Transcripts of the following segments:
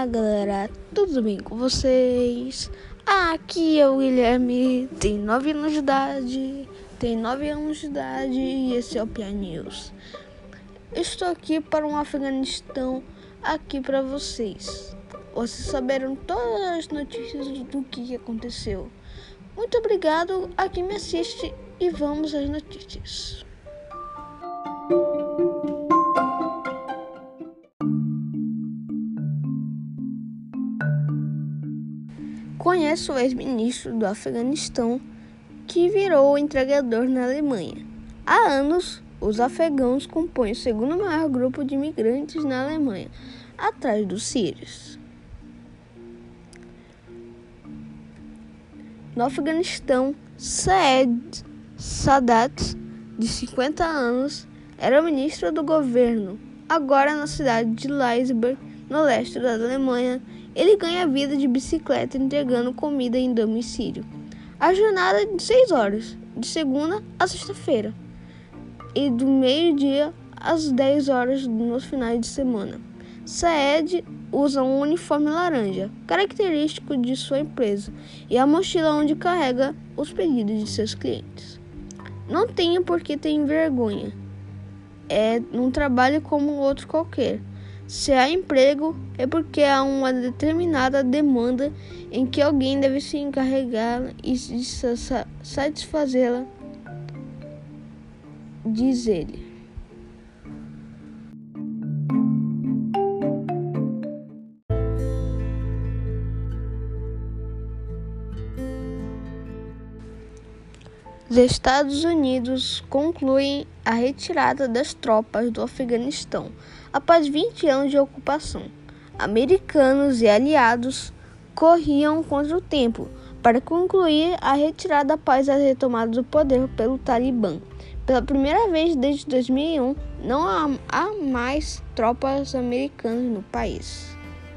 Olá galera, tudo bem com vocês? Aqui é o Guilherme, tem 9 anos de idade, e esse é o Pia News. Estou aqui para um Afeganistão aqui para vocês. Vocês saberam todas as notícias do que aconteceu. Muito obrigado a quem me assiste e vamos às notícias. Conheço o ex-ministro do Afeganistão que virou entregador na Alemanha. Há anos, os afegãos compõem o segundo maior grupo de imigrantes na Alemanha, atrás dos sírios. No Afeganistão, Saeed Sadat, de 50 anos, era o ministro do governo. Agora, na cidade de Leipzig, no leste da Alemanha, ele ganha vida de bicicleta entregando comida em domicílio. A jornada é de 6 horas, de segunda a sexta-feira, e do meio-dia às 10 horas nos finais de semana. Saed usa um uniforme laranja, característico de sua empresa, e a mochila onde carrega os pedidos de seus clientes. Não tenha por que ter vergonha. É um trabalho como outro qualquer. Se há emprego, é porque há uma determinada demanda em que alguém deve se encarregar e satisfazê-la, diz ele. Os Estados Unidos concluem a retirada das tropas do Afeganistão após 20 anos de ocupação. Americanos e aliados corriam contra o tempo para concluir a retirada após a retomada do poder pelo Talibã. Pela primeira vez desde 2001, não há mais tropas americanas no país.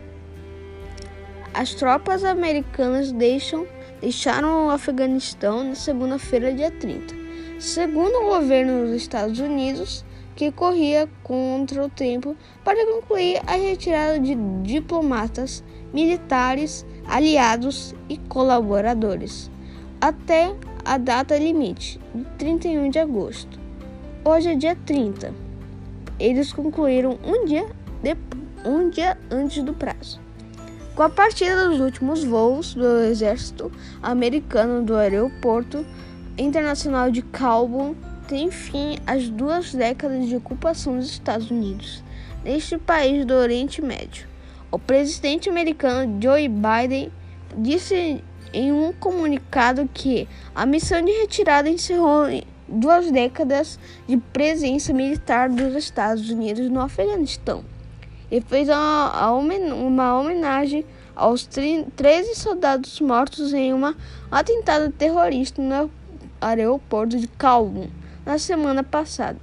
As tropas americanas deixaram o Afeganistão na segunda-feira, dia 30. Segundo o governo dos Estados Unidos, que corria contra o tempo para concluir a retirada de diplomatas, militares, aliados e colaboradores, até a data limite, de 31 de agosto. Hoje é dia 30. Eles concluíram um dia antes do prazo. Com a partida dos últimos voos do exército americano do aeroporto internacional de Kabul, tem fim as 2 décadas de ocupação dos Estados Unidos neste país do Oriente Médio. O presidente americano Joe Biden disse em um comunicado que a missão de retirada encerrou 2 décadas de presença militar dos Estados Unidos no Afeganistão e fez uma homenagem aos 13 soldados mortos em um atentado terrorista no aeroporto de Kabul na semana passada.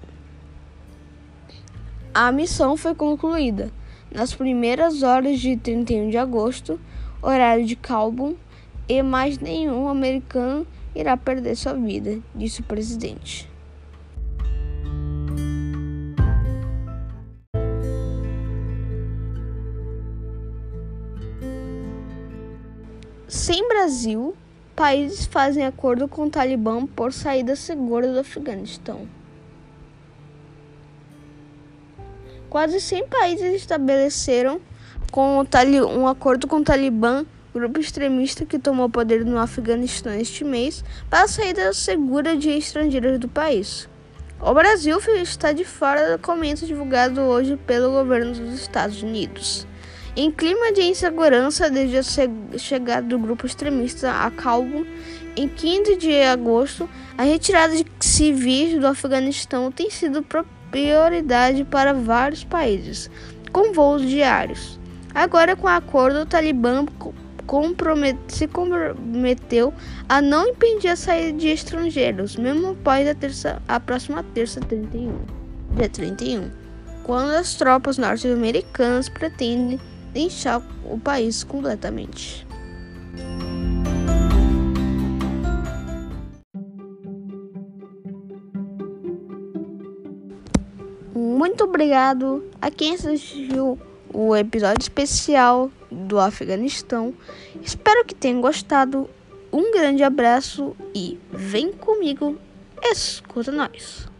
A missão foi concluída nas primeiras horas de 31 de agosto, horário de Kabul, e mais nenhum americano irá perder sua vida, disse o presidente. Sem Brasil, países fazem acordo com o Talibã por saída segura do Afeganistão. Quase 100 países estabeleceram um acordo com o Talibã, grupo extremista que tomou poder no Afeganistão este mês, para a saída segura de estrangeiros do país. O Brasil está de fora do documento divulgado hoje pelo governo dos Estados Unidos. Em clima de insegurança desde a chegada do grupo extremista a Kabul, em 15 de agosto, a retirada de civis do Afeganistão tem sido prioridade para vários países, com voos diários. Agora, com o acordo, o Talibã se comprometeu a não impedir a saída de estrangeiros, mesmo após a próxima terça, dia 31, quando as tropas norte-americanas pretendem deixar o país completamente. Muito obrigado a quem assistiu o episódio especial do Afeganistão. Espero que tenham gostado. Um grande abraço e vem comigo, escuta nós.